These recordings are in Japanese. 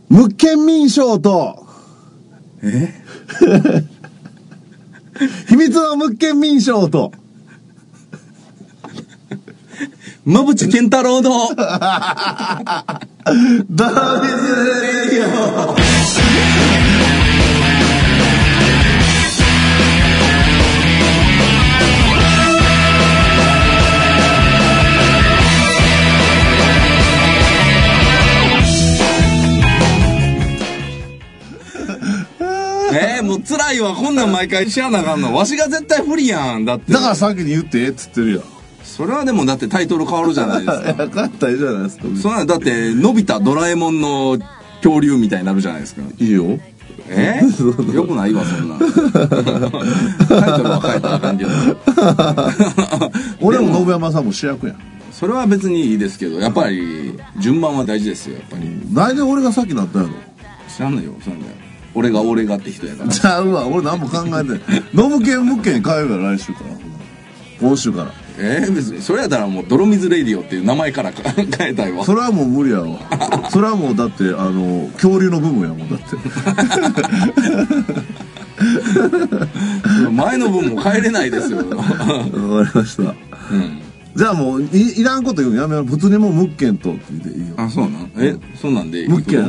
ムッケン民賞と、秘密のムッケン民賞と、 馬淵健太郎のドラビズレディオ。 もう辛いわ、こんなん毎回しやなあかんの。わしが絶対不利やん。だって。 だから先に言ってっつってるやん。 それはでもだってタイトル変わるじゃないですか。 いや、変わったらいいじゃないですか。 そんなだってのび太ドラえもんの恐竜みたいになるじゃないですか。 いいよ。 よくないわ、そんな。タイトルは変えたらあかんけど。 俺も信山さんも主役やん。 それは別にいいですけど、やっぱり順番は大事ですよ、やっぱり。 なんで俺が先になったんやろ。 知らんのよ、そんなよ。俺がって人やから。 ちゃうわ、俺何も考えてない。ノブケンムッケン変えるから来週から。今週から。 別にそれやったらもう泥水レディオっていう名前から変えたいわ。 それはもう無理やろ。それはもうだって恐竜の部分やもんだって。 前の分も変えれないですよ。わかりました。じゃあもういらんこと言うのやめよう。普通にもうムッケンとって言っていいよ。 あ、そうなん？そうなんでいい？ ムッケン。 はい。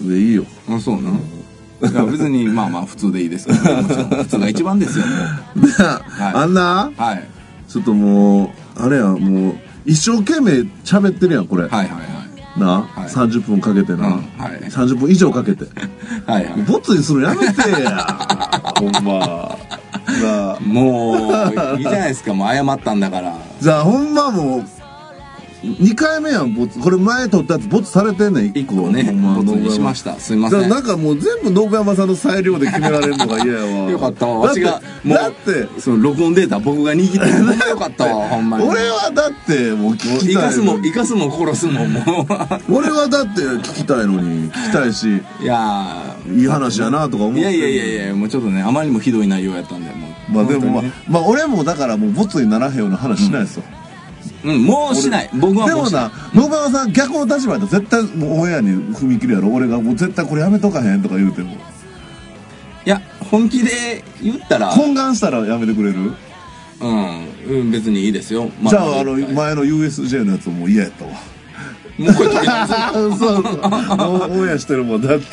でいいよ。 あ、そうなん。いや別にまあ普通でいいですけど、もちろん普通が一番ですよ。 あんな。はい。ちょっともうあれや、もう一生懸命喋ってるやんこれ。はいはいはい。な、30分かけてな。30分以上かけて。はいはい。ボツにするのやめてや。ほんま。 もういいじゃないですか、もう謝ったんだから。 じゃあほんまもう2回目やん、ボツ。これ前撮ったやつボツされてんねん。 1個ねボツにしました。すいません。 なんかもう全部信山さんの裁量で決められるのが嫌やわ。 よかったわ、わしがもうだってその録音データ僕が握ってるのがよかったわ。ほんまに俺はだってもう聞きたい。 生かすも殺すももう俺はだって聞きたいのに聞きたいし、いやいい話やなとか思って。 いやもうちょっとね、あまりにもひどい内容やったんで、もうまあでもまあ俺もだからもうボツにならへんような話しないですよ。 もうしない。僕はもうしない。 でもな、信山さん逆の立場だと絶対もうオンエアに踏み切るやろ。俺がもう絶対これやめとかへんとか言うても。 いや、本気で言ったら。 懇願したらやめてくれる？ 別にいいですよ。 じゃあ前の USJ のやつもう嫌やったわ。もうこれ撮り直す。 そう。オンエアしてるもんだって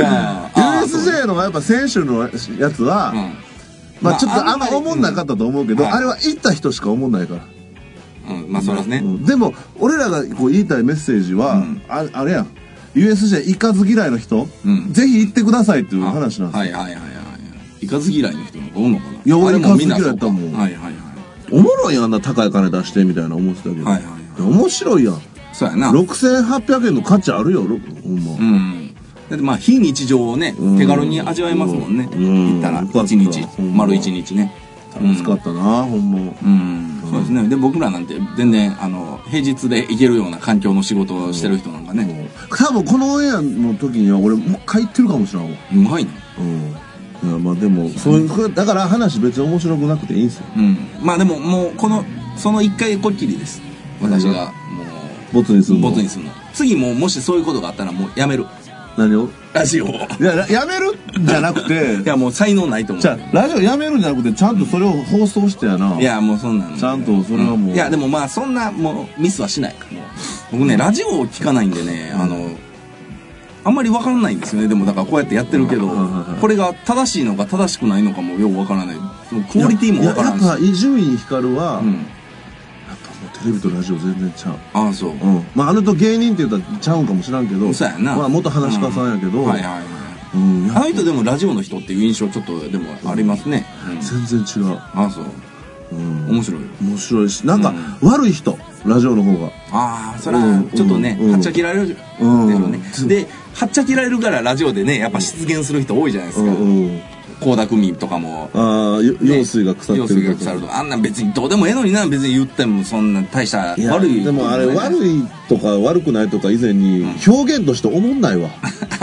。USJ のやっぱ選手のやつは、まあちょっとあんま思んなかったと思うけど、あれは行った人しか思んないから。 まあそれはね。 でも俺らがこう言いたいメッセージはあれやん。USJ 行かず嫌いの人、ぜひ行ってくださいっていう話なんですよ。はい。 行かず嫌いの人がおんのかな。 いや俺行かず嫌いやったもん。おもろいやんな、高い金出してみたいな思ってたけど。面白いやん。 そうやな。 6800円の価値あるよ、ほんま。 だってまあ非日常をね、手軽に味わえますもんね。行ったら1日、丸1日ね。 楽しかったな、ほんま。 そうですね。で僕らなんて全然平日で行けるような環境の仕事をしてる人なんかね。 多分このオンエアの時には俺もう一回行ってるかもしれんわ。 うまいな。 まあでもそういうだから話別に面白くなくていいんですよ。 まあでももうその1回こっきりです。私がもうボツにするの。 次もしそういうことがあったらもうやめる。 何を？ ラジオを。いや、やめるじゃなくて。 いや、もう才能ないと思う。 じゃあ、ラジオやめるんじゃなくて、ちゃんとそれを放送してやな。 いや、もうそんなん。 ちゃんとそれはもう。 いや、でもまあ、そんな、もう、ミスはしない。僕ね、ラジオを聞かないんでね、あんまりわからないんですよね。でも、だからこうやってやってるけど、これが正しいのか正しくないのかもよくわからない。クオリティもわからない。 やっぱ、伊集院光は、テレビとラジオ全然ちゃう。 ああ、そう。 まあと芸人って言ったらちゃうんかもしらんけど、 そうやな。 まあ元話し家さんやけど、 あの人でもラジオの人っていう印象ちょっとでもありますね。 全然違う。 ああ、そう。面白い。 面白いし、なんか悪い人、ラジオの方が。 ああ、それはちょっとね、はっちゃけられるでしょうね。で、はっちゃけられるからラジオでね、やっぱ出現する人多いじゃないですか。倖田來未とかも、 用水が腐ってるとか、 あんなん別にどうでもええのにな、別に言ってもそんな大した悪い。 でもあれ悪いとか悪くないとか以前に表現として思んないわ。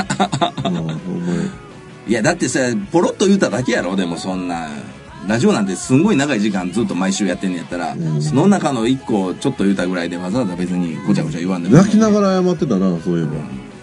いやだってさ、ポロッと言うただけやろ。でもそんなラジオなんてすんごい長い時間ずっと毎週やってんねやったら、その中の一個ちょっと言うたぐらいでわざわざ別にごちゃごちゃ言わんでも。 泣きながら謝ってたな、そういえば。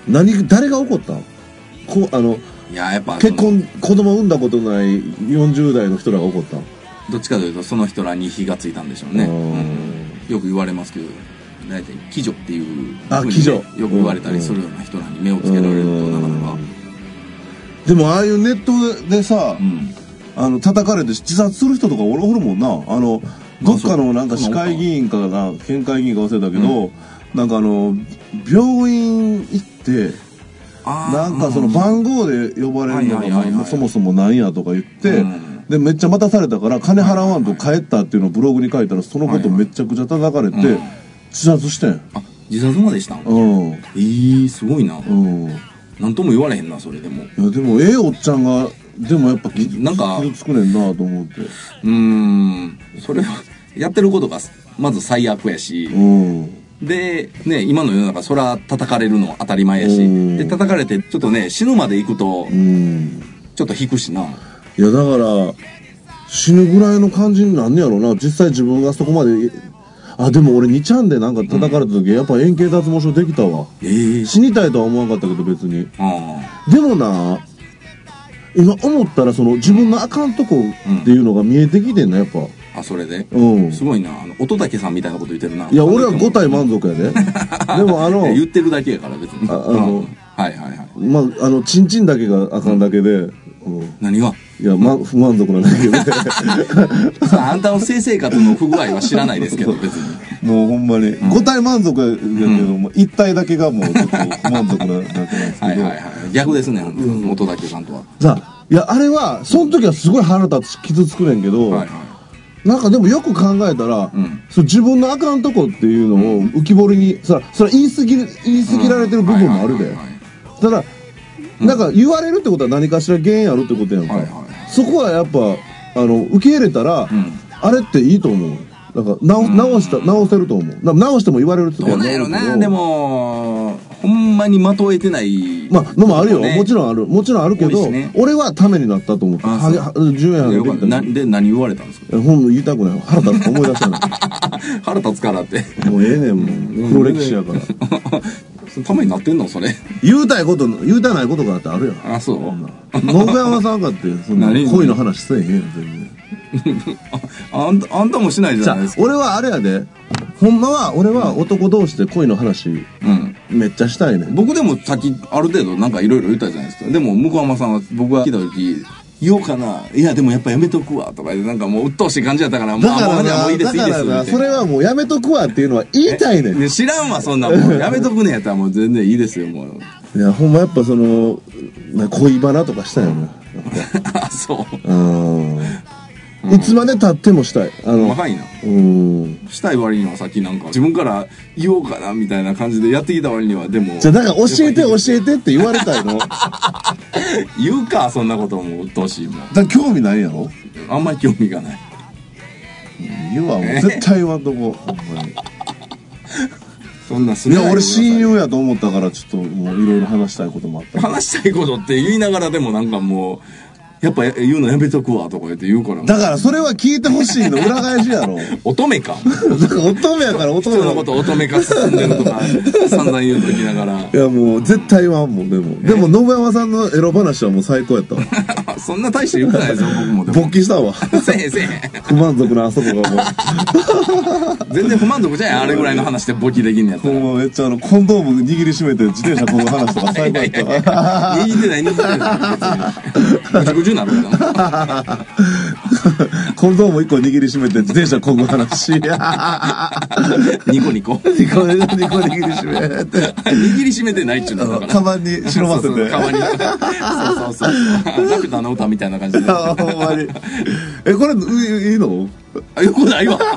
誰が怒ったん？ いや、やっぱ子供産んだことない40代の人らが怒ったん？ どっちかというとその人らに火がついたんでしょうね。よく言われますけど、大体鬼女っていう鬼女よく言われたりするような人らに目をつけられるとなかなか。 でもああいうネットでさ、叩かれて自殺する人とかおるもんな。どっかのなんか市会議員かな、県会議員か忘れたけど、なんか病院行ってなんかその番号で呼ばれるのがそもそもなんやとか言って、でめっちゃ待たされたから金払わんと帰ったっていうのをブログに書いたら、そのことめちゃくちゃ叩かれて自殺してん。 自殺までしたん？すごいな。なんとも言われへんな、それでも。 いやでもおっちゃんがでもやっぱなんか傷つくねんなと思って。 それはやってることがまず最悪やし、でね、今の世の中そら叩かれるの当たり前やし、で叩かれてちょっとね死ぬまで行くとちょっと引くしな。 いやだから死ぬぐらいの感じになんねやろな、実際自分がそこまで。でも俺2ちゃんでなんか叩かれた時、やっぱ円形脱毛症できたわ。死にたいとは思わんかったけど別に。でもな、今思ったらその自分のあかんとこっていうのが見えてきてんな、やっぱ。 それで、すごいな。音竹さんみたいなこと言ってるな。 いや俺は5体満足やで。でも言ってるだけやから別に。 まあチンチンだけがあかんだけで。 何が？ いや不満足なんだけどね。 あんたの性生活の不具合は知らないですけど別に。 もうほんまに5体満足やけども1体だけがもうちょっと不満足なだけなんですけど。 逆ですね、音竹さんとは。 いやあれはその時はすごい腹立つ傷つくねんけど、なんかでもよく考えたら、自分のあかんとこっていうのを浮き彫りにそれは言い過ぎられてる部分もあるで。ただなんか言われるってことは何かしら原因あるってことやんか。そこはやっぱ受け入れたら、あれっていいと思う。なんか直せると思う。直しても言われるってことはないのな。でもほんまに的を得てないのもあるよ。もちろんあるけど、俺はためになったと思って。10円はできた。 で何言われたんですか？ 本言いたくない。腹立つ思い出したの。 腹立つからって。 もうええねん、もう黒歴史やから。 ためになってんのそれ。 言うたないことがあってあるやん。 そう。 信山さんかってそんな恋の話せえへんやん全然。 あんたもしないじゃないですか。 俺はあれやで、ほんまは俺は男同士で恋の話めっちゃしたいね。 僕でもさっきある程度なんかいろいろ言ったじゃないですか。でも向山さんは僕が聞いた時言おうかな、いやでもやっぱやめとくわとか言って、なんかもう鬱陶しい感じやったから、もういいですいいですって。 それはもうやめとくわっていうのは言いたいねん。 知らんわそんなもん。やめとくねやったらもう全然いいですよもう。 いやほんまやっぱその恋バナとかしたよね。 そう。 いつまで経ってもしたい。 若いな。したい割にはさっきなんか自分から言おうかなみたいな感じでやってきた割には、でもじゃあだから教えてって言われたいの。 言うかそんなことも鬱陶しいもん。 だから興味ないやろ。 あんまり興味がない。 言うわもう絶対言わんとこ。ほんまに。 そんなすいや俺親友やと思ったからちょっともういろいろ話したいこともあった。 話したいことって言いながらでもなんかもう。やっぱ言うのやめとくわとか言って言うから。 だからそれは聞いてほしいの裏返しやろ。 乙女か。 だから乙女やから乙女のこと乙女化進んでるとか散々言うときながら。 いやもう絶対言わんもん。でも信山さんのエロ話はもう最高やったわ。 そんな大して言ってないですよ僕も。 勃起したわ。 せえへん不満足なあそこがもう。 全然不満足じゃないあれぐらいの話で勃起できんのやったら。 もうめっちゃコンドーム握りしめて自転車こぐ話とか最高やった。 握ってない別に。ぐちゅぐちゅなるからコンドーム1個握りしめて自転車こぐ話。 ニコニコ握りしめて握りしめてないっちゅうのだからカバンに忍ばせてカバンにそうラピュタの歌みたいな感じで。 ほんまにこれいいの？ よくないわ。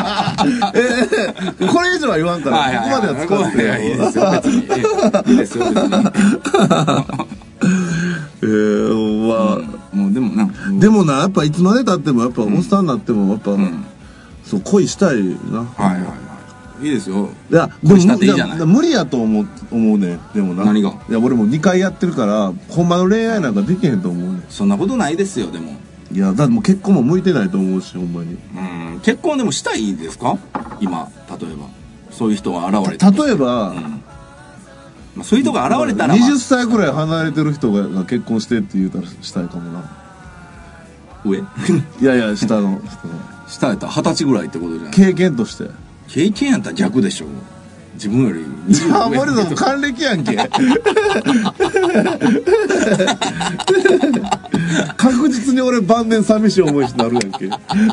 これ以上は言わんから、ここまでは使ってよ。 いいですよ別に。いいですよ別に。もうでもなやっぱいつまで経ってもやっぱおっさんになってもやっぱそう恋したいな。 いいですよ。 いや恋したっていいじゃない。無理やと思うね。でもな何が？ いや俺も2回やってるからほんまの恋愛なんかできへんと思うね。 そんなことないですよでも。 いやだってもう結婚も向いてないと思うしほんまに。 結婚でもしたいですか今例えばそういう人が現れて。 例えばそういうとこ現れたら、 20歳ぐらい離れてる人が結婚してって言うたらしたいかもな。 上いやいや、下の下やったら20歳ぐらいってことじゃない？ 経験として。 経験やったら逆でしょ。自分より 20上。森田も還暦やんけ。確実に俺晩年寂しい思いになるやんけ。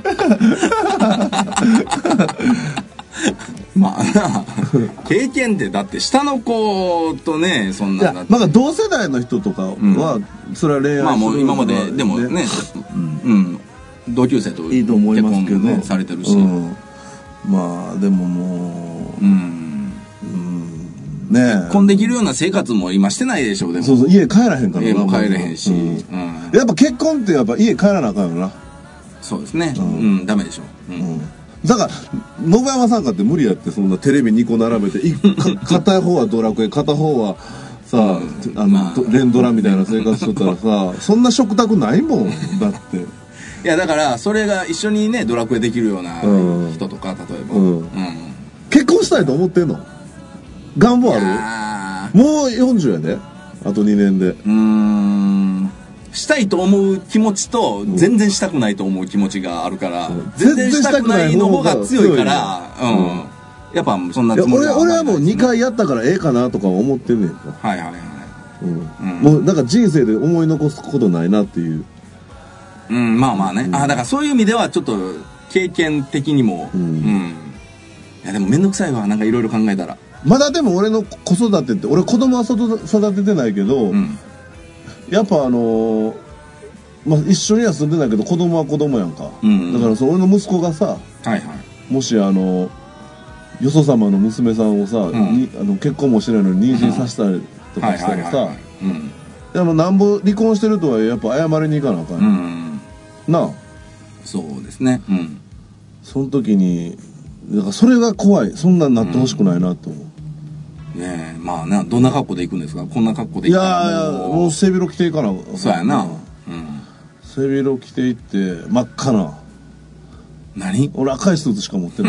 まあな、経験ってだって下の子とね、そんな。 いや、まあ同世代の人とかは、それは恋愛する。 まあもう今まででもね、同級生といいと思いますけど結婚されてるし。 まあでももう、 ね、結婚できるような生活も今してないでしょう。でもそうそう、家帰らへんからな。 家も帰れへんし、 やっぱ結婚ってやっぱ家帰らなあかんよな。 そうですね。ダメでしょ。 だから信山さんかって無理やって、そんなテレビ2個並べて片方はドラクエ、片方はさ連ドラみたいな生活しとったらさ、そんな食卓ないもんだって。 いやだからそれが一緒にねドラクエできるような人とか、例えば結婚したいと思ってんの？願望ある？もう40やで、あと2年で。 したいと思う気持ちと全然したくないと思う気持ちがあるから、全然したくないの方が強いから、やっぱそんなつもりは。 俺はもう2回やったからええかなとか思ってんねん。 はいはいはい。 もうなんか人生で思い残すことないなっていう。 まあまあね。だからそういう意味ではちょっと経験的にも、いやでも面倒くさいわ、なんかいろいろ考えたら。 まだでも俺の子育てって、俺子供は育ててないけど、やっぱまあ、一緒には住んでないけど子供は子供やんか、だから俺の息子がさ、もしよそ様の娘さんをさ、結婚もしてないのに妊娠させたりとかしたらさ、でもなんぼ離婚してるとはやっぱ謝りに行かなあかん、なあ。 そうですね。 その時にだからそれが怖い。そんなんなってほしくないなと思う。 ねえ、まあね、どんな格好で行くんですか？こんな格好で行ったら。 いやもう背広着ていかな。 そうやな。 背広着ていって真っ赤な。 何？ 俺赤いスーツしか持ってない。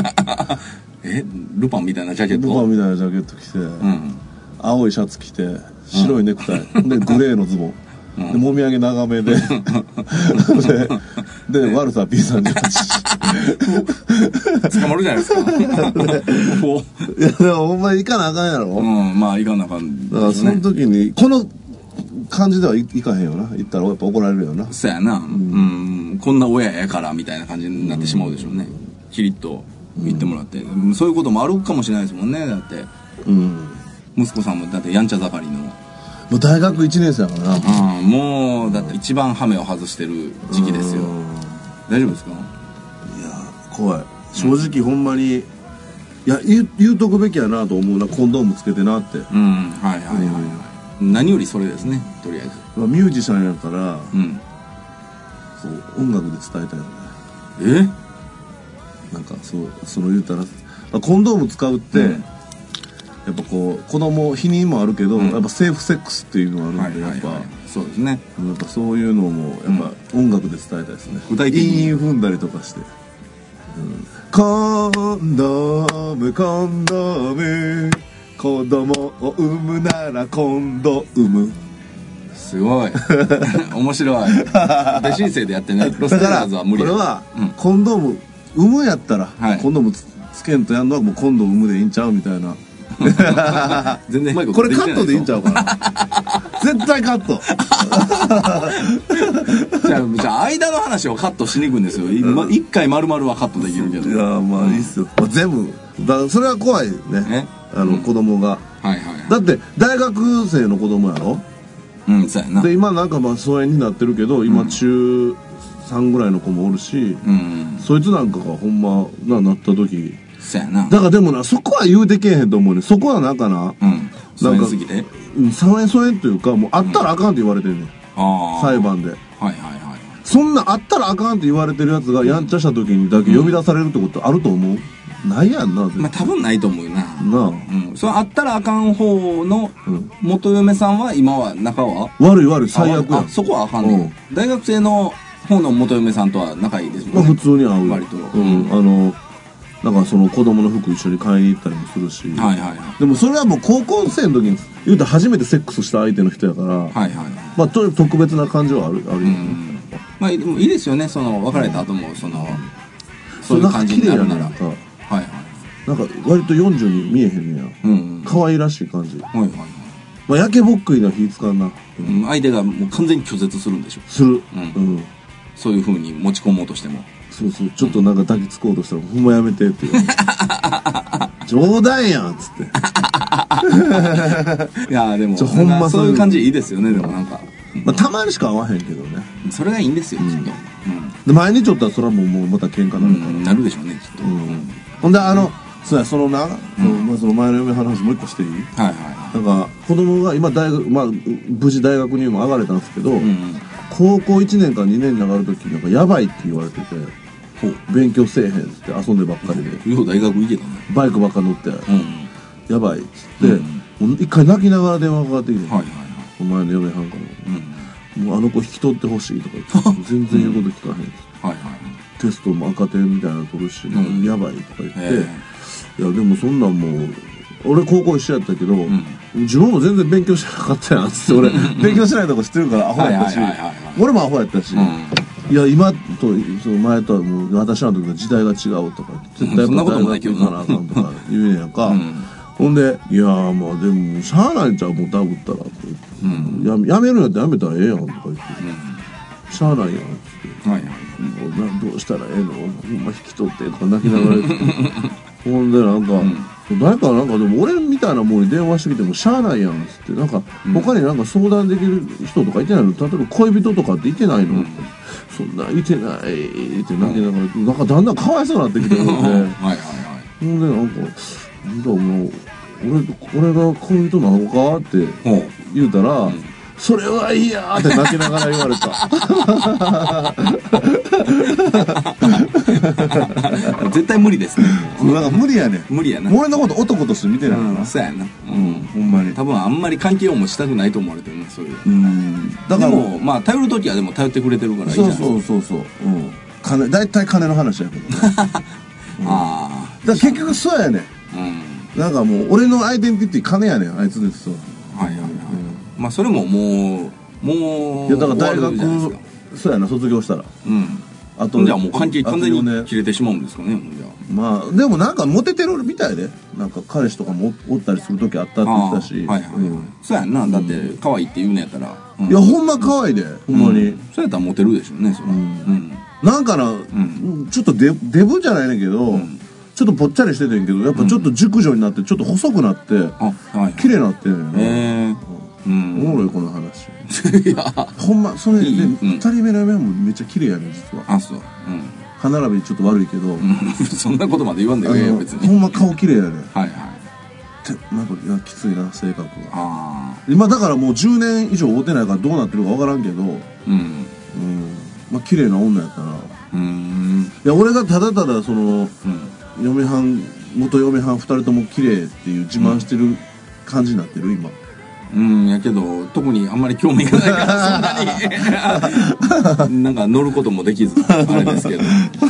ルパンみたいなジャケット？ ルパンみたいなジャケット着て、青いシャツ着て、白いネクタイ、でグレーのズボン。でもみあげ長めでで悪さ P38 捕まるじゃないですか。いやでもほんまに行かなあかんやろ。 まあ行かなあかん。 だからその時にこの感じでは行かへんよな。行ったらやっぱ怒られるよな。 そうやな。こんな親やからみたいな感じになってしまうでしょうね。キリッと言ってもらって、そういうこともあるかもしれないですもんね。だって息子さんもだってやんちゃ盛りの。 もう大学1年生やからな。 もうだって一番ハメを外してる時期ですよ。大丈夫ですか？いや怖い。正直ほんまに、いや言うとくべきやなと思うな。コンドームつけてなって。 何よりそれですね、とりあえず。 ミュージシャンやから、そう音楽で伝えたよね。なんかその言うたらコンドーム使うって、やっぱこう子供避妊もあるけど、やっぱセーフセックスっていうのがあるんで、やっぱそうですね。 やっぱそういうのもやっぱ音楽で伝えたいですね。 具体的に韻踏んだりとかして、コンドームコンドーム、子供を産むならコンド産む。 すごい面白い。で新生でやってね。ロステラーズは無理。 これはコンドーム産むやったら、コンドームつけんとやんのはもうコンドーム産むでいいんちゃうみたいな。 全然これカットでいいんちゃうかな。絶対カット。 じゃあ間の話をカットしに行くんですよ。一回丸々はカットできるけど。 いやまあいいっすよ。全部だ、それは怖いね。子供が。だって大学生の子供やろ。 そうやな。 で今なんかまあ疎遠になってるけど、今中3ぐらいの子もおるし、そいつなんかがほんまなった時。 そうやな。 だからでもな、そこは言うてけえへんと思うね。そこはなんかな、 疎遠すぎて、 疎遠というか、もうあったらあかんって言われてんねん、裁判で。そんなあったらあかんって言われてるやつがやんちゃした時にだけ呼び出されるってことあると思う？ないやんな。 まあ多分ないと思うな。そのあったらあかん方の元嫁さんは今は仲は悪い最悪や。 そこはあかんねん。大学生の方の元嫁さんとは仲いいですもんね。 普通に会う。 割と。 なんかその子供の服一緒に買いに行ったりもするし、でもそれはもう高校生の時に言うと初めてセックスした相手の人やから、まあ特別な感じはあるよね。 まあでもいいですよね、その別れた後もそういう感じになるなら。なんか割と40に見えへんねや。可愛らしい感じ。まあ焼けぼっくりの火使うな。 相手がもう完全に拒絶するんでしょ。 する。 そういう風に持ち込もうとしても。 そうそう、ちょっとなんか抱きつこうとしたら、ほんまやめてって言う。冗談やんっつって。 いやでもほんまそういう感じいいですよね。でもなんか、 まあたまにしか会わへんけどね。 それがいいんですよ、きっと。 で毎日おったらそれはもうまた喧嘩になるから。 なるでしょうね、きっと。 ほんでその前の嫁話もう一個していい？なんか子供が今大学、まあ無事大学にも上がれたんですけど、高校1年から2年に上がるときなんかやばいって言われてて、勉強せえへんって遊んでばっかりで、 大学行けたね。 バイクばっか乗ってやばいっつって一回泣きながら電話かかってきて、お前の嫁はんからもうあの子引き取ってほしいとか言って全然言うこと聞かへん、テストも赤点みたいなの取るし、やばいとか言って、いやでもそんなんもう俺高校一緒やったけど、自分も全然勉強してなかったやんっつって、俺勉強してないとこ知ってるからアホやったし、俺もアホやったし、いや今とその前とはもう私らの時の時代が違うとか絶対やっぱ大学行かなあかんとか言うねやんか。ほんでいやまあでもしゃあないんちゃうもうダブったらって言って、やめるんやったらやめたらええやんとか言って、しゃあないやんっつって、どうしたらええの、ほんま引き取ってとか泣きながら言ってほんでなんか、誰かなんかでも俺みたいなもんに電話してきてもしゃあないやんっつって、なんか他になんか相談できる人とかいてないの、例えば恋人とかっていてないの、そんないてないって泣きながら、なんかだんだんかわいそうになってきてるので、ほんでなんかもう俺が恋人なのかって言うたら、それはいいやーって泣きながら言われた。 絶対無理ですね。 なんか無理やねん。 無理やな。 俺のこと男として見てないから。 そうやな。 ほんまに。 多分あんまり関係を持ちたくないと思われてるね、そういう。だからもうまあ頼る時はでも頼ってくれてるからいいじゃん。 そう。大体金の話やけどね。だから結局そうやねん。なんかもう俺のアイデンティティ金やねん、あいつですわ。まあそれももういやだから大学そうやな、卒業したらあとじゃあもう関係完全に切れてしまうんですかね。 まあでもなんかモテてるみたいで、なんか彼氏とかもおったりする時あったって言ったし、 そうやんな。だって可愛いって言うのやったら、 いやほんま可愛いで、ほんまにそうやったらモテるでしょうね、それ。 なんかな、ちょっとデブじゃないねんけど、ちょっとぽっちゃりしててんけど、やっぱちょっと熟女になってちょっと細くなって綺麗になってんねんな。おもろいこの話。いやほんまそれで2人目の嫁もめっちゃ綺麗やねん実は。 そう。 歯並びちょっと悪いけど、 そんなことまで言わんでよ、別に。 ほんま顔綺麗やねん。なんかきついな性格が。今だからもう10年以上会うてないからどうなってるか分からんけど、まあ綺麗な女やったな。いや俺がただただその元嫁はん2人とも綺麗っていう自慢してる感じになってる今。 やけど特にあんまり興味がないからそんなになんか乗ることもできずあれですけど。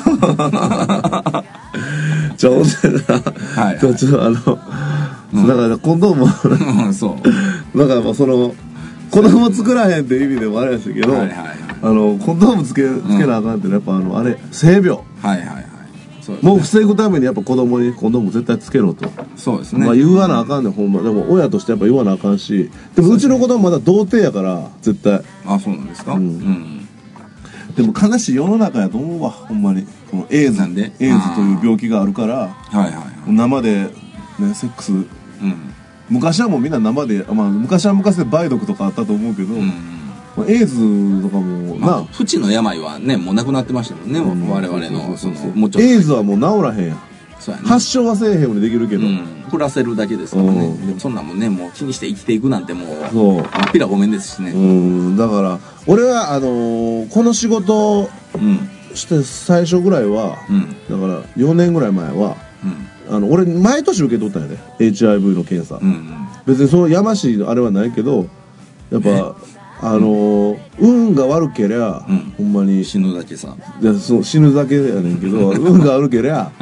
じゃあほんでな、ちょっとだからコンドームそうだからその子供作らへんっていう意味でもあれですけど、コンドームつけなあかんってやっぱあれ性病もう防ぐためにやっぱ子供にコンドーム絶対つけろと。そうですね。まあ言わなあかんねん、ほんま。でも親としてやっぱ言わなあかんし、でもうちの子供まだ童貞やから絶対。そうなんですか。でも悲しい世の中やと思うわ、ほんまに。このエイズという病気があるから、生でねセックス、昔はもうみんな生で、まあ昔は昔で梅毒とかあったと思うけど。エイズとかも不治の病はねもうなくなってましたもんね、我々のもうちょっと。 エイズはもう治らへんやん。発症はせえへんようにできるけど暮らせるだけですからね。でもそんなもんねもう気にして生きていくなんてもうあっぴらごめんですしね。 だから俺はこの仕事して最初ぐらいはだから4年ぐらい前は俺毎年受け取ったんやで HIV の検査。別にそのやましいあれはないけどやっぱ運が悪けりゃほんまに死ぬだけさ。 死ぬだけやねんけど運が悪けりゃ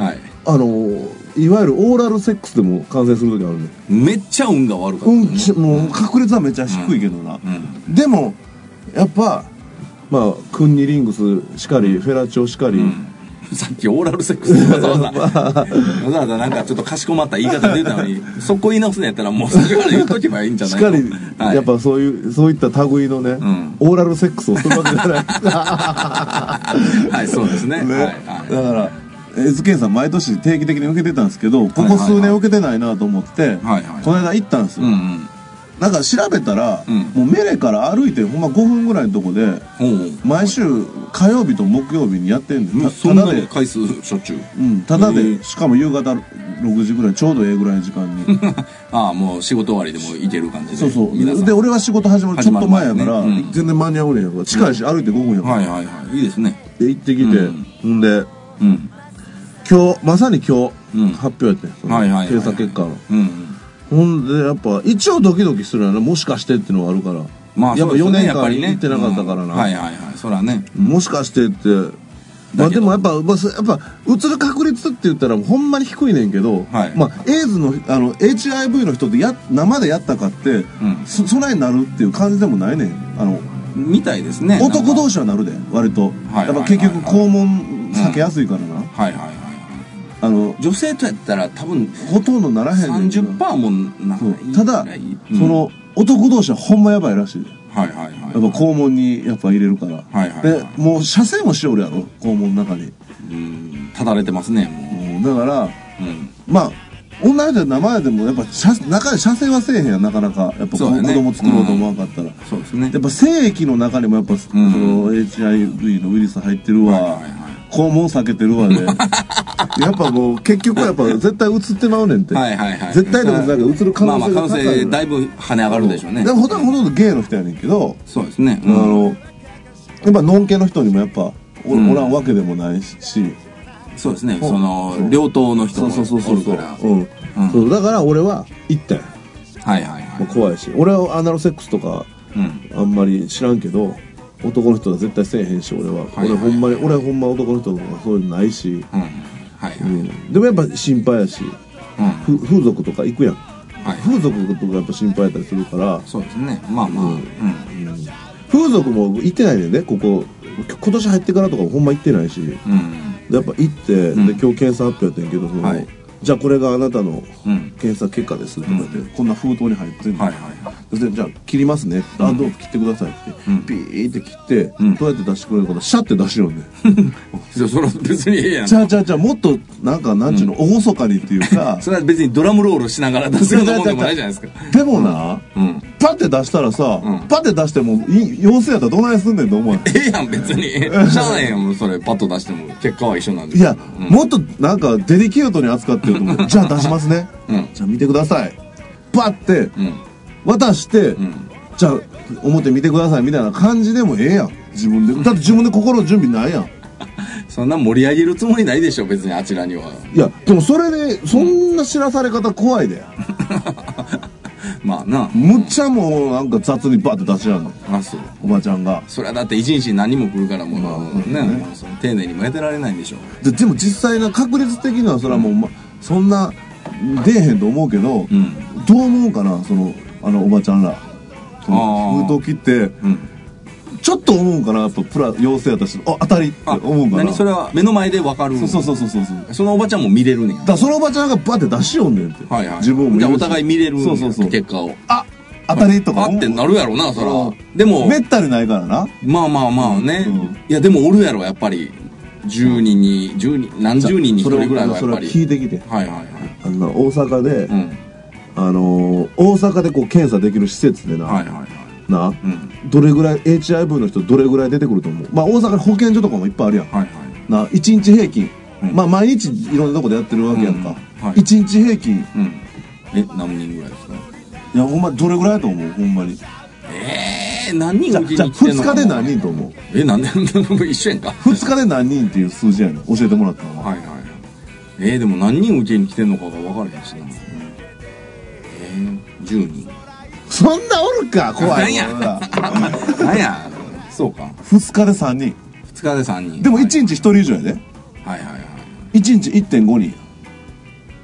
いわゆるオーラルセックスでも感染する時あるね。 めっちゃ運が悪かった、ね、 もう確率はめっちゃ低いけどな、でもやっぱまあクンニリングスしかり、フェラチオしかり、 さっきオーラルセックスってわざわざなんかちょっとかしこまった言い方出たのにそこ言い直すんやったらもう最初から言うとけばいいんじゃないの。 しかり、やっぱそういった類のね、オーラルセックスをするわけじゃないはい、そうですね。 だからS検査毎年定期的に受けてたんですけど、ここ数年受けてないなと思って、この間行ったんですよ。なんか調べたら、もうメレから歩いてほんま5分ぐらいのとこで、毎週火曜日と木曜日にやってんで、 そんなに回数しょっちゅう。 ただで、しかも夕方6時ぐらい、ちょうどええぐらいの時間に。 ああ、もう仕事終わりでも行ける感じで。 そうそう。で、俺は仕事始まるちょっと前やから、全然間に合うねんやから、近いし歩いて5分やから。 はいはいはい。いいですね。 で、行ってきて、んで、まさに今日、発表やってん。検査結果の。ほんで、やっぱ、一応ドキドキするよね。もしかしてっていうのがあるから。 まあ、 やっぱ4年間行ってなかったからな。 はいはいはい。そらね。 もしかしてって。まあでもやっぱ、うつる確率って言ったらほんまに低いねんけど、まあ、エイズの、HIV の人って生でやったかって、そないになるっていう感じでもないねん。 みたいですね。 男同士はなるで、割と。やっぱ結局肛門避けやすいからな。はいはいはい。 女性とやったら多分ほとんどならへんねん。 30% もない。ただ、その男同士はほんまやばいらしい。はいはいはい。やっぱ肛門にやっぱ入れるから。はいはい。で、もう射精もしおるやろ、肛門の中に。 ただれてますね、 もう。だから、まあ、女で生でもやっぱ中で射精はせえへんやん、なかなか。やっぱ子供作ろうと思わんかったら。そうですね。やっぱ精液の中にもやっぱ、その HIV のウイルス入ってるわ。肛門避けてるわね。やっぱもう結局はやっぱ絶対映ってまうねんって。絶対でもなんか映る可能性が高い。 可能性だいぶ跳ね上がるでしょうね。 でもほとんどゲイの人やねんけど。 そうですね。 やっぱノン系の人にもやっぱおらんわけでもないし。 そうですね。その両党の人もおるから。 そうだから俺は行ったん。 はいはいはい。 怖いし、俺はアナルセックスとかあんまり知らんけど。男の人は絶対せえへんし、俺はほんま男の人とかそういうのないし、でもやっぱ心配やし、風俗とか行くやん、風俗とかやっぱ心配やったりするから。 そうですね。まあまあ、 風俗も行ってないねんね。今年入ってからとかほんま行ってないし、やっぱ行って、で今日検査発表やってんけど、じゃあこれがあなたの検査結果ですとかってこんな封筒に入ってんの。じゃあ切りますね。どうぞ切ってくださいってピーって切ってどうやって出してくれるのかシャッて出しようね。 じゃあそれは別にええやん。 じゃあもっとなんかなんちゅうの厳かにっていうか。 それは別にドラムロールしながら出すようなもんでもないじゃないですか。 でもな、パッて出したらさ、パッて出しても陽性やったらどないすんねんと思う。 ええやん別に。しゃあないやんそれパッと出しても結果は一緒なんで。 いやもっとなんかデリケートに扱ってると思う。じゃあ出しますね。じゃあ見てください。パッて渡して、じゃあ表見てくださいみたいな感じでもええやん。自分でだって自分で心の準備ないやん。 そんな盛り上げるつもりないでしょ別にあちらには。 いやでもそれでそんな知らされ方怖いで。 まあな、 むっちゃもうなんか雑にバッて出しやんの。あ、そう。おばちゃんが。 それはだって一日何も来るからもうね、丁寧にもやってられないんでしょ。 でも実際な確率的にはそれはもうそんな出えへんと思うけど、どう思うかなそのおばちゃんら。封筒切って。ちょっと思うかなやっぱ陽性やったし当たりって思うかな。 何それは目の前で分かる。 そうそのおばちゃんも見れるねん。 だからそのおばちゃんがバッて出しよんねんって。自分も見れるし。じゃあお互い見れる結果を。 当たりとかってなるやろなそら。でもめったにないからな。 まあね。いやでもおるやろやっぱり10人に何十人に1人ぐらいはやっぱり。 それ聞いてきて。大阪で大阪でこう検査できる施設でな。どれぐらい HIV の人どれぐらい出てくると思う。まあ大阪保健所とかもいっぱいあるやん。1日平均まあ毎日いろんなとこでやってるわけやんか。1日平均何人ぐらいですか。 いやほんまどれぐらいだと思うほんまに。 何人受けに来てんのか。 2日で何人と思う。 なんで一緒やんか。 2日で何人っていう数字やねん教えてもらったのは。 でも何人受けに来てんのかが分からへんしな。10人。 そんなおるか怖い。 なんやそうか。 2日で3人。 2日で3人。 でも1日1人以上やで。1日 1.5 人。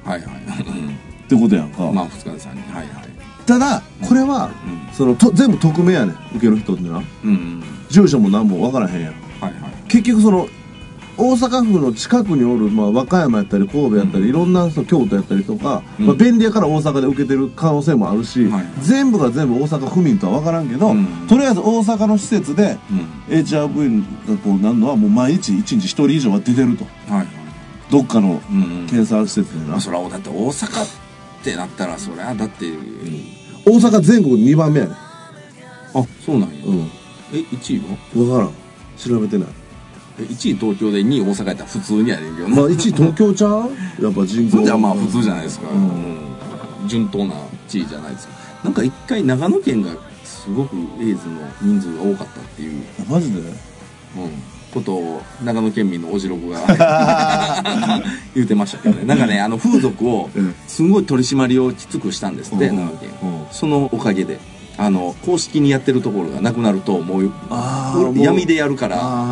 はいはいってことやんか。 まあ2日で3人。はいはい。 ただこれは全部匿名やねん、受ける人ってな。住所も何も分からへんやん。結局大阪府の近くにおる、和歌山やったり神戸やったり、いろんな京都やったりとか、便利やから大阪で受けてる可能性もあるし、全部が全部大阪府民とは分からんけど、とりあえず大阪の施設で HRV がこうなるのはもう毎日1日1人以上は出てると、どっかの検査施設でな。 それはだって大阪ってなったらそれはだって大阪全国2番目やねん。 あ、そうなんや。1位は分からん、調べてない。 1位東京で2位大阪やったら普通にやねんけど、 1位東京ちゃうやっぱ人口じゃあまあ普通じゃないですか。順当な地位じゃないですか。なんか一回長野県がすごくエイズの人数が多かったっていう、 マジでことを長野県民のおじろくが言うてましたけどね。なんかね、風俗をすごい取り締まりをきつくしたんですって、長野県。そのおかげで公式にやってるところがなくなるともう闇でやるから、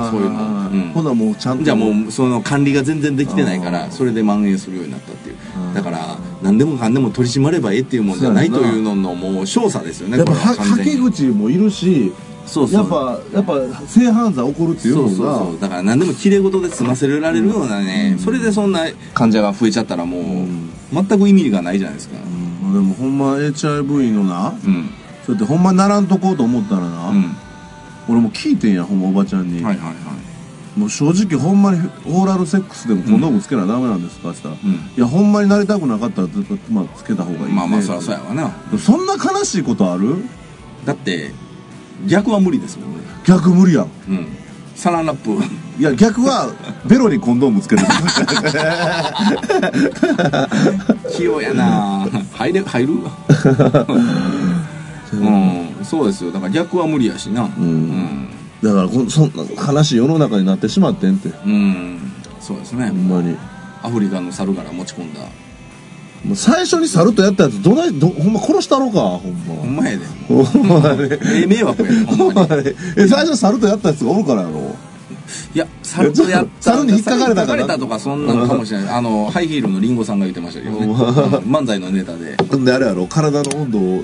そういうの、 ほなもうちゃんと、 じゃあもうその管理が全然できてないから、それで蔓延するようになったっていう。だから何でもかんでも取り締まればええっていうもんじゃないというののもう少佐ですよね。 やっぱはけ口もいるし、やっぱ性犯罪起こるっていうのが、 だから何でもきれい事で済ませられるようなね、それでそんな患者が増えちゃったらもう全く意味がないじゃないですか。 でもほんま HIV のな、そうやってほんまならんとこうと思ったらな、俺も聞いてんや、ほんまおばちゃんに。もう正直ほんまにオーラルセックスでもコンドームつけなダメなんですかって言ったら、いやほんまになりたくなかったらずっとつけた方がいいね。 まあそりゃそうやわな。 そんな悲しいことある？ だって逆は無理ですもんね。 逆無理やん。 サランラップ。 いや逆はベロにコンドームつける。 器用やな。入る？そうですよ。だから逆は無理やしな。 だからそんな悲しい世の中になってしまってんって。 そうですね。 ほんまにアフリカの猿から持ち込んだ。 もう最初に猿とやったやつほんま殺したろか、ほんま。 ほんまやで。ほんまに迷惑やで、ほんまに。 最初猿とやったやつがおるからやろ。 いや、猿とやった猿に引っかかれたからとかそんなのかもしれない。ハイヒールのリンゴさんが言ってましたけどね。漫才のネタで。 であれやろ、体の温度を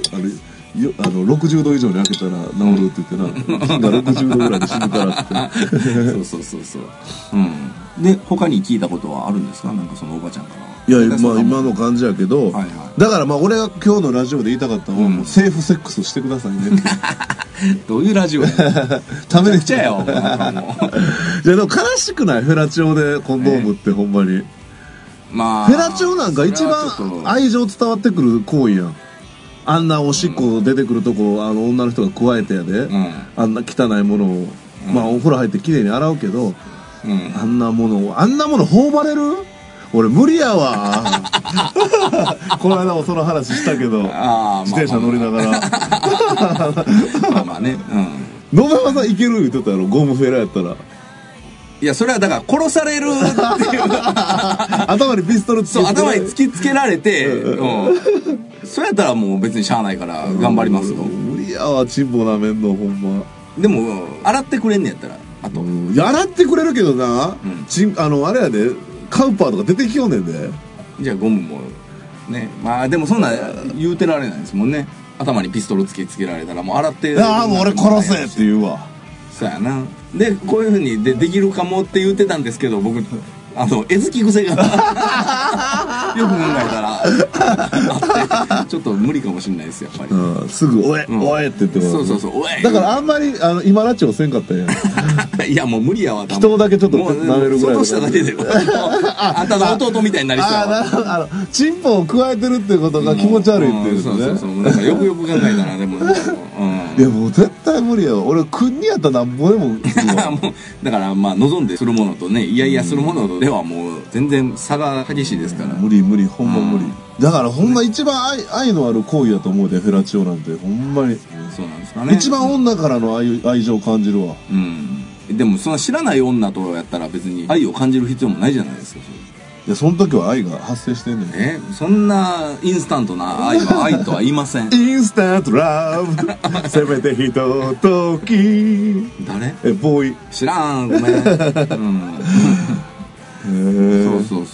60度以上に開けたら治るって言ってな、死んだ60度ぐらいで死ぬからって。 そうで他に聞いたことはあるんですか、なんかそのおばちゃんから。 いや今の感じやけど、だから俺が今日のラジオで言いたかったのは、もうセーフセックスしてくださいねって。 どういうラジオやためにめちゃよ。いやでも悲しくない？フェラチオでコンドームってほんまに。 まあフェラチオなんか一番愛情伝わってくる行為やん。あんなおしっこ出てくるとこ女の人が加えてやで、あんな汚いものを、お風呂入ってきれいに洗うけど、あんなもの頬張れる？俺無理やわ。この間もその話したけど、自転車乗りながら。 まあね。 野沢さんいける言うてたやろ、ゴムフェラやったら。 いやそれはだから殺されるっていう。 頭にピストルつけて、 頭に突きつけられて、それやったらもう別にしゃあないから頑張りますよ。 無理やわ、チンポなめんのほんま。 でも洗ってくれんねやったら、あといや洗ってくれるけどな、あれやでカウパーとか出てきよんねんで。 じゃあゴムもね、でもそんな言うてられないですもんね。頭にピストルつけられたらもう洗って、 もう俺殺せって言うわ。 そうやな。でこういうふうにできるかもって言ってたんですけど、僕絵付き癖がよく考えたらあって、ちょっと無理かもしれないですやっぱり。すぐおえって言っても、 そうおえ。 だからあんまり今ラッチをせんかったんや。 いやもう無理やわ。 人だけちょっと舐めるぐらい。 そうしただけであんたの弟みたいになりそうやわ。 チンポを加えてるってことが気持ち悪いっていうね。 そうなんかよく考えたらでもいやもう絶対無理やわ。俺国にやったらなんぼでも。 だから望んでするものとね、いやいやするものではもう全然差が激しいですから。 無理ほんま無理。だからほんま一番愛のある行為やと思うで、フェラチオなんてほんまに。 そうなんですかね。 一番女からの愛情を感じるわ。 でもその知らない女とやったら別に愛を感じる必要もないじゃないですか。 いやその時は愛が発生してんねん。 そんなインスタントな愛は愛とは言いません。 インスタントラブせめてひととき。 誰？ ボーイ。 知らん、ごめん。そう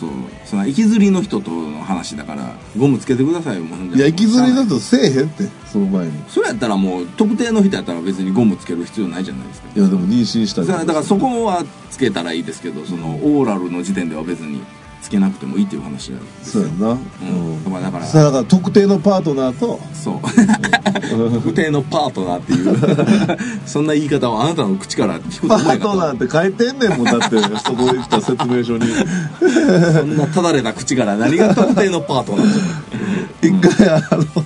その息づりの人との話だからゴムつけてくださいよ。 いや息づりの人せえへんってその前に。 それやったらもう特定の人やったら別にゴムつける必要ないじゃないですか。 いやでも妊娠したりだからそこはつけたらいいですけど、そのオーラルの時点では別につけなくてもいいっていう話なんですよ。 そうやんな。 だからだから特定のパートナーとそう特定のパートナーっていうそんな言い方をあなたの口から聞くと思えなかった。 パートナーって書いてんねんもんだってそこ行った説明書にそんなただれた口から何が特定のパートナー一回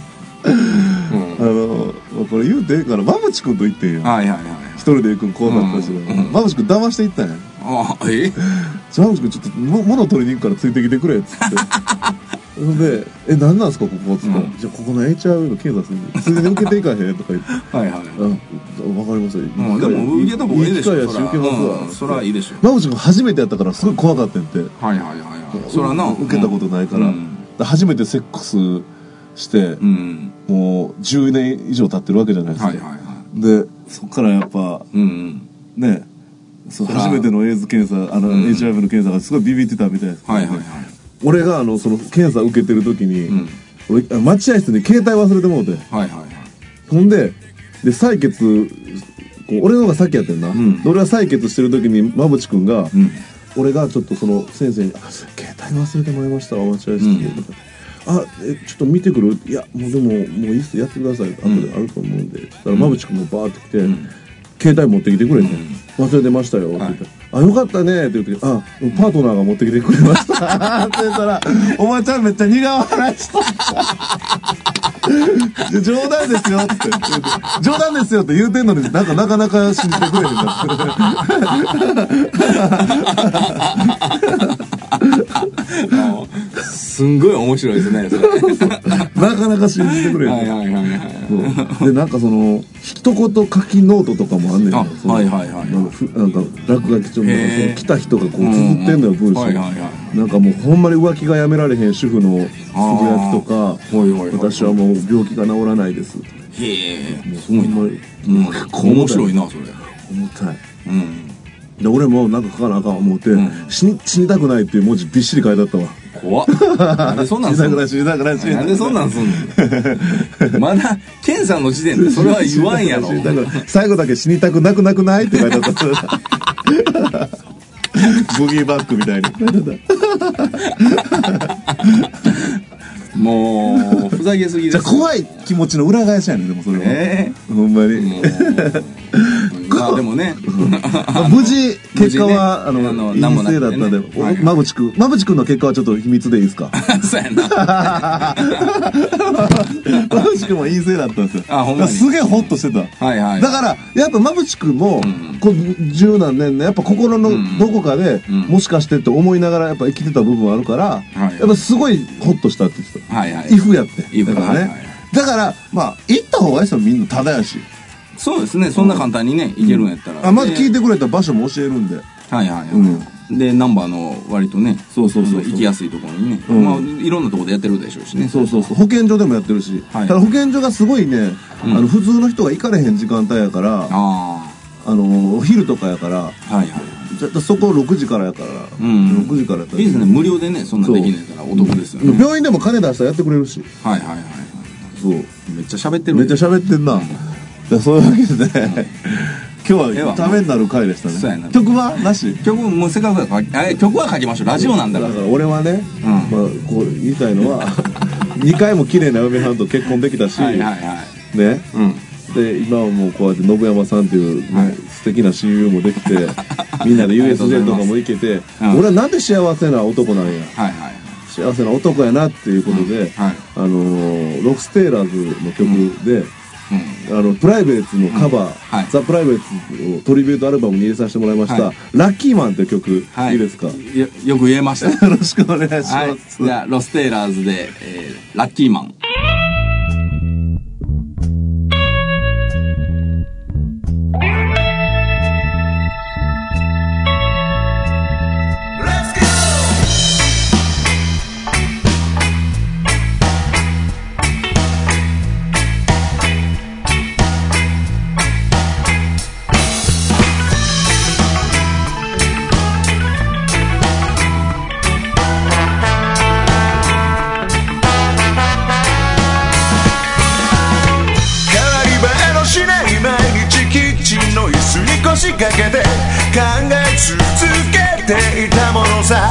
これ言うてええから馬淵君と行ってんや。 はいはいはい。 一人で行くんこうだったし馬淵君騙して行ったんや。馬淵君ちょっと物取りに行くからついてきてくれっつってそんで「何なんすかここ」っつって「じゃあここの HIV の検査するんでついでに受けていかへん」とか言って「はいはい分かりますよ」 でも受けた方がいいでしょ。 いい機会やし受けますわ。 それはいいでしょ。 馬淵君初めてやったからすごい怖かったんて。 はいはいはい。それはな受けたことないから初めてセックスしてもう10年以上経ってるわけじゃないですか。でそっからやっぱね初めてのエイズ検査HIV の検査がすごいビビってたみたいです。俺がその検査受けてる時に待合室に携帯忘れてもうて、ほんで採血俺の方が先やってんな。俺が採血してる時に馬淵君が俺がちょっとその先生に「携帯忘れてもらいましたわ待合室に」とか「ちょっと見てくる?」「いやもうでもいいっすやってください」後であると思うんで。そしたら馬淵君もバーって来て携帯持ってきてくれて「忘れてましたよ」って言って「よかったね」って言って「パートナーが持ってきてくれました」って言ったら「お前ちゃんめっちゃ苦笑いした」冗談ですよって冗談ですよって言うてんのになかなか信じてくれへんだすんごい面白いですねそれなかなか信じてくれへんでなんかその一言書きノートとかもあんねん。なんか落書き帳も来た人がこう綴ってんのよ文章。なんかもうほんまに浮気がやめられへん主婦のつぶやきとか私はもう病気が治らないです。 へえすごいな。面白いなそれ。 重たい。で俺もなんか書かなあかん思って死にたくないっていう文字びっしり書いてあったわ。 怖っ。なんでそんなんすんの。 死にたくないなんでそんなんすんの。まだ検査の時点でそれは言わんやろ。 最後だけ死にたくなくないって書いてあったブギーバックみたいにもうふざけすぎです。 じゃ怖い気持ちの裏返しやねん。でもそれはほんまにまあでもね無事結果は陰性だったんで馬淵君の結果はちょっと秘密でいいですか。 そうやな馬淵君も陰性だったんですよ。 ほんまにすげえホッとしてた。だからやっぱ馬淵君も十何年ねやっぱ心のどこかでもしかしてって思いながらやっぱ生きてた部分あるからやっぱすごいホッとしたって言ってた。イフやってだからね。だからまあ行った方がいいですよみんなただやし。 そうですね。そんな簡単にね行けるんやったらまず聞いてくれた場所も教えるんで。 でナンバーの割とね行きやすいところにねいろんなところでやってるでしょうしね。 保健所でもやってるし。ただ保健所がすごいね普通の人が行かれへん時間帯やからお昼とかやからそこ6時からやから6時からやったらいいですね。無料でねそんなできないからお得ですよね。 病院でも金出したらやってくれるし。そうめっちゃ喋ってる。 めっちゃ喋ってんな。そういうわけで今日はためになる回でしたね。曲はなし。 曲もうせっかくだから曲は書きましょう。ラジオなんだから。 俺はねこう言いたいのは2回も綺麗な嫁はんと結婚できたしね。で今はもうこうやって信山さんっていう素敵な親友もできてみんなで USJ とかも行けて俺はなんで幸せな男なんや。幸せな男やなっていうことでロクステイラーズの曲でプライベートのカバーザ・プライベートをトリビュートアルバムに入れさせてもらいましたラッキーマンっていう曲いいですか。 よく言えました。 よろしくお願いします。 じゃあロステイラーズでラッキーマン。 しかけて考え続けていたものさ。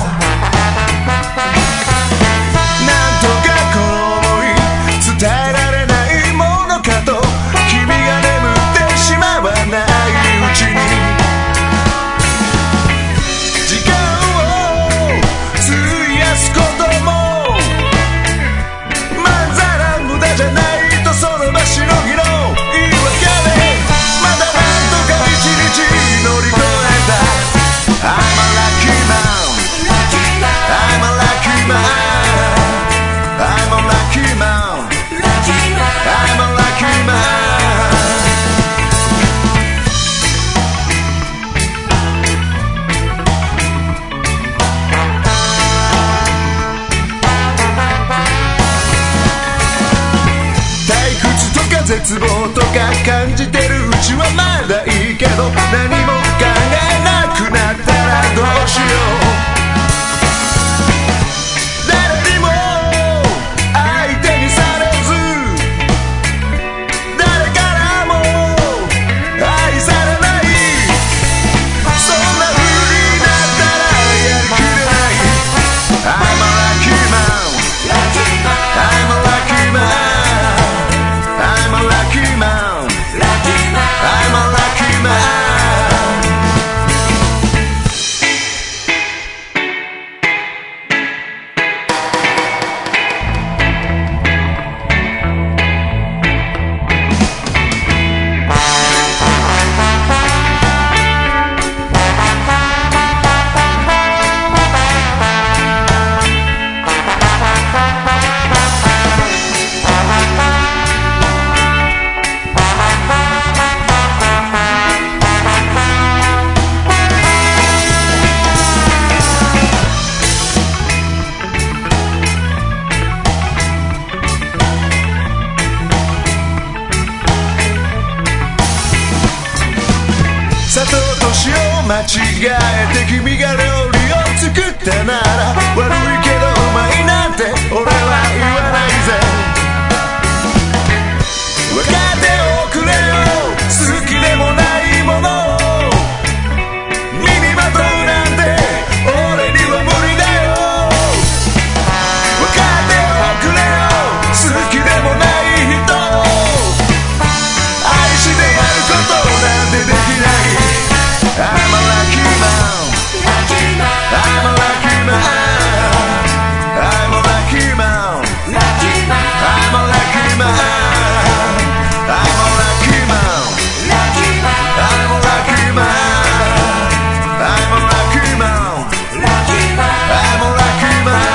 なんとかこの想い伝えられないものかと、君が眠ってしまわないうちに時間を費やすこともまんざら無駄じゃないと、その場しのぎの言い訳でまだなんとか一日乗り越えた。 I'm a lucky man, I'm a lucky man, I'm a lucky man, I'm a lucky man。退屈とか絶望とか感じてるうちはまだいいけど、何も考えなくなったらどうしよう。誰にも相手にされず、誰からも愛されない、そんな風になったらやりきれない。 I'm a lucky man, I'm a lucky man, I'm a lucky man, I'm a lucky man。砂糖と塩間違えて君が料理を作ったなら、悪いけどうまいなんて俺は言わないぜ。分かっておくれよ、好きでもないものを身にまとうなんて俺には無理だよ。分かっておくれよ、好きでもない人を愛してやることなんてできない。I'm a lucky man, I'm a lucky man, I'm a lucky man, I'm a lucky man, I'm a lucky man, I'm a lucky man, I'm a lucky man, I'm a lucky man。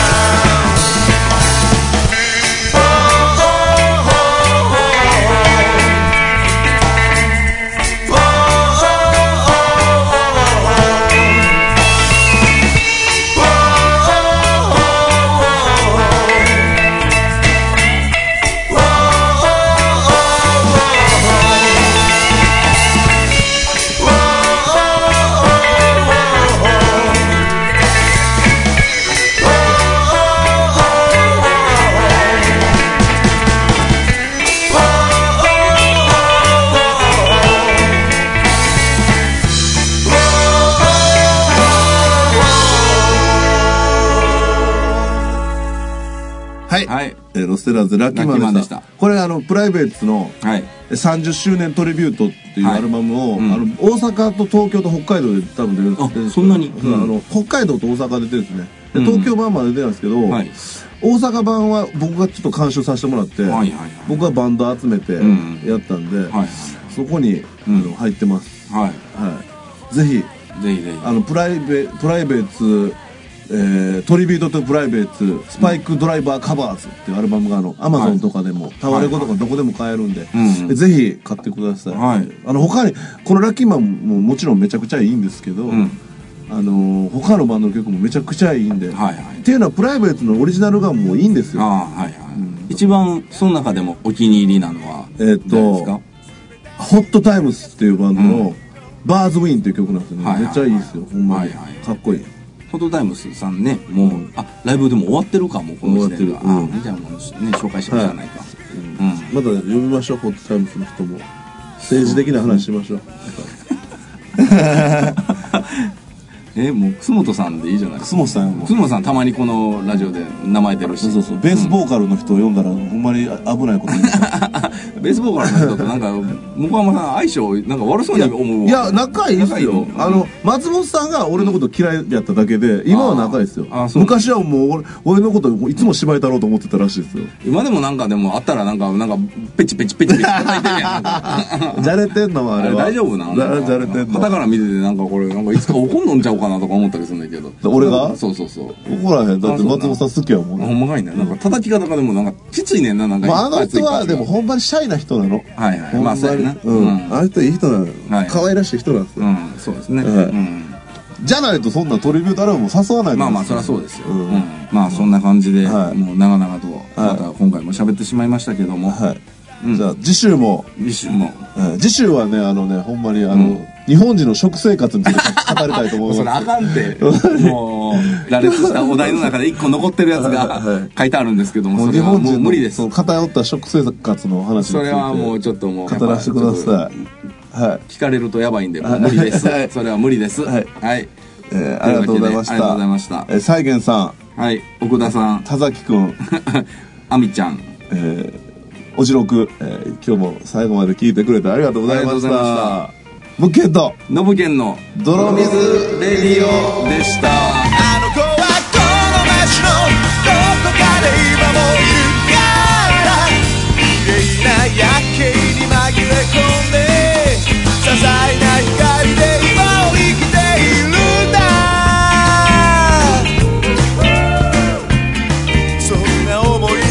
ロステラーズラッキーマンでした。これプライベートの30周年トリビュートっていうアルバムを、大阪と東京と北海道で多分出るんですけど、 そんなに、 北海道と大阪で出てるんですね。で東京版まで出てるんですけど、大阪版は僕がちょっと監修させてもらって、僕がバンド集めてやったんで、そこに入ってます。ぜひプライベートトリビュートとプライベートスパイクドライバーカバーズっていうアルバムがAmazonとかでもタワレコとかどこでも買えるんで、ぜひ買ってください。他にこのラッキーマンももちろんめちゃくちゃいいんですけど、他のバンドの曲もめちゃくちゃいいんで、っていうのはプライベートのオリジナルがもういいんですよ。 一番その中でもお気に入りなのはホットタイムスっていうバンドのバーズウィンっていう曲なんですよね。めっちゃいいですよ、ほんまにかっこいい。 ホットタイムスさんね、もうライブでも終わってるかも、この時点が。じゃあもうね、紹介してもらわないか。 また呼びましょう、ホットタイムスの人も。政治的な話しましょう。 もう楠本さんでいいじゃないですか。楠本さんたまにこのラジオで名前出るし。 そうベースボーカルの人を呼んだらほんまに危ないこと言うベースボーカルの人となんか向山さん相性なんか悪そうに思う。 いや仲いいですよ。松本さんが俺のこと嫌いやっただけで今は仲いいですよ。昔はもう俺のこといつも芝居太郎と思ってたらしいですよ。 今でもなんかでもあったらなんかペチペチ叩いてるやん。 じゃれてんのはあれは大丈夫なの？じゃれてんの。肩から見ててなんかこれなんかいつか怒んのんちゃうかなとか思ったりするんだけど。 俺が？ そう怒らへん。だって松本さん好きやもん。 ほんまかいね。なんか叩き方がでもなんかきついねんな。なんかあの人はでもほんまにシャイな人なの。 はいはい。まあそうやな。 あの人いい人なの。可愛らしい人なんですよ。 そうですね。 じゃないとそんなトリビュー誰も誘わない。 まあそりゃそうですよ。まあそんな感じでもう長々とまた今回も喋ってしまいましたけども。 じゃあ次週はねほんまに日本人の食生活について語りたいと思います。 それあかんってもう羅列したお題の中で1個残ってるやつが書いてあるんですけども、それはもう無理です。 偏った食生活の話についてそれはもうちょっともう語らせてください。 聞かれるとやばいんでもう無理です。それは無理です。はい。 ありがとうございました。 ありがとうございました。 再現さん、 奥田さん、 田崎くん、 あみちゃん、 おじろく、今日も最後まで聞いてくれてありがとうございました。ムッケンとノブケンの泥水レディオでした。 あの子はこの街のどこかで今もいるから綺麗な夜景に紛れ込んで些細な光で今を生きているんだ。そんな思い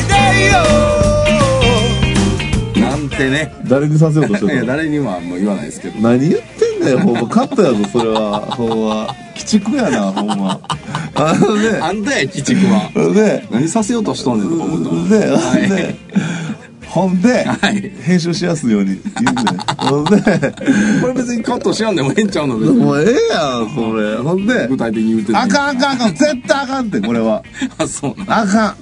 出よなんてね。 誰にさせようとしてるの？ いや誰にはもう言わないですけど。 何言ってんだよほんま。カットやぞそれは。ほんま鬼畜やなほんま。 あんたや鬼畜は。何させようとしとんねんとか思ったほんで編集しやすいように言うね。ほんでこれ別にカットしやんでもええんちゃうの別に。 もうええやんそれ。ほんで具体的に言うてる。 あかん絶対あかんってこれは。 あそうあかん。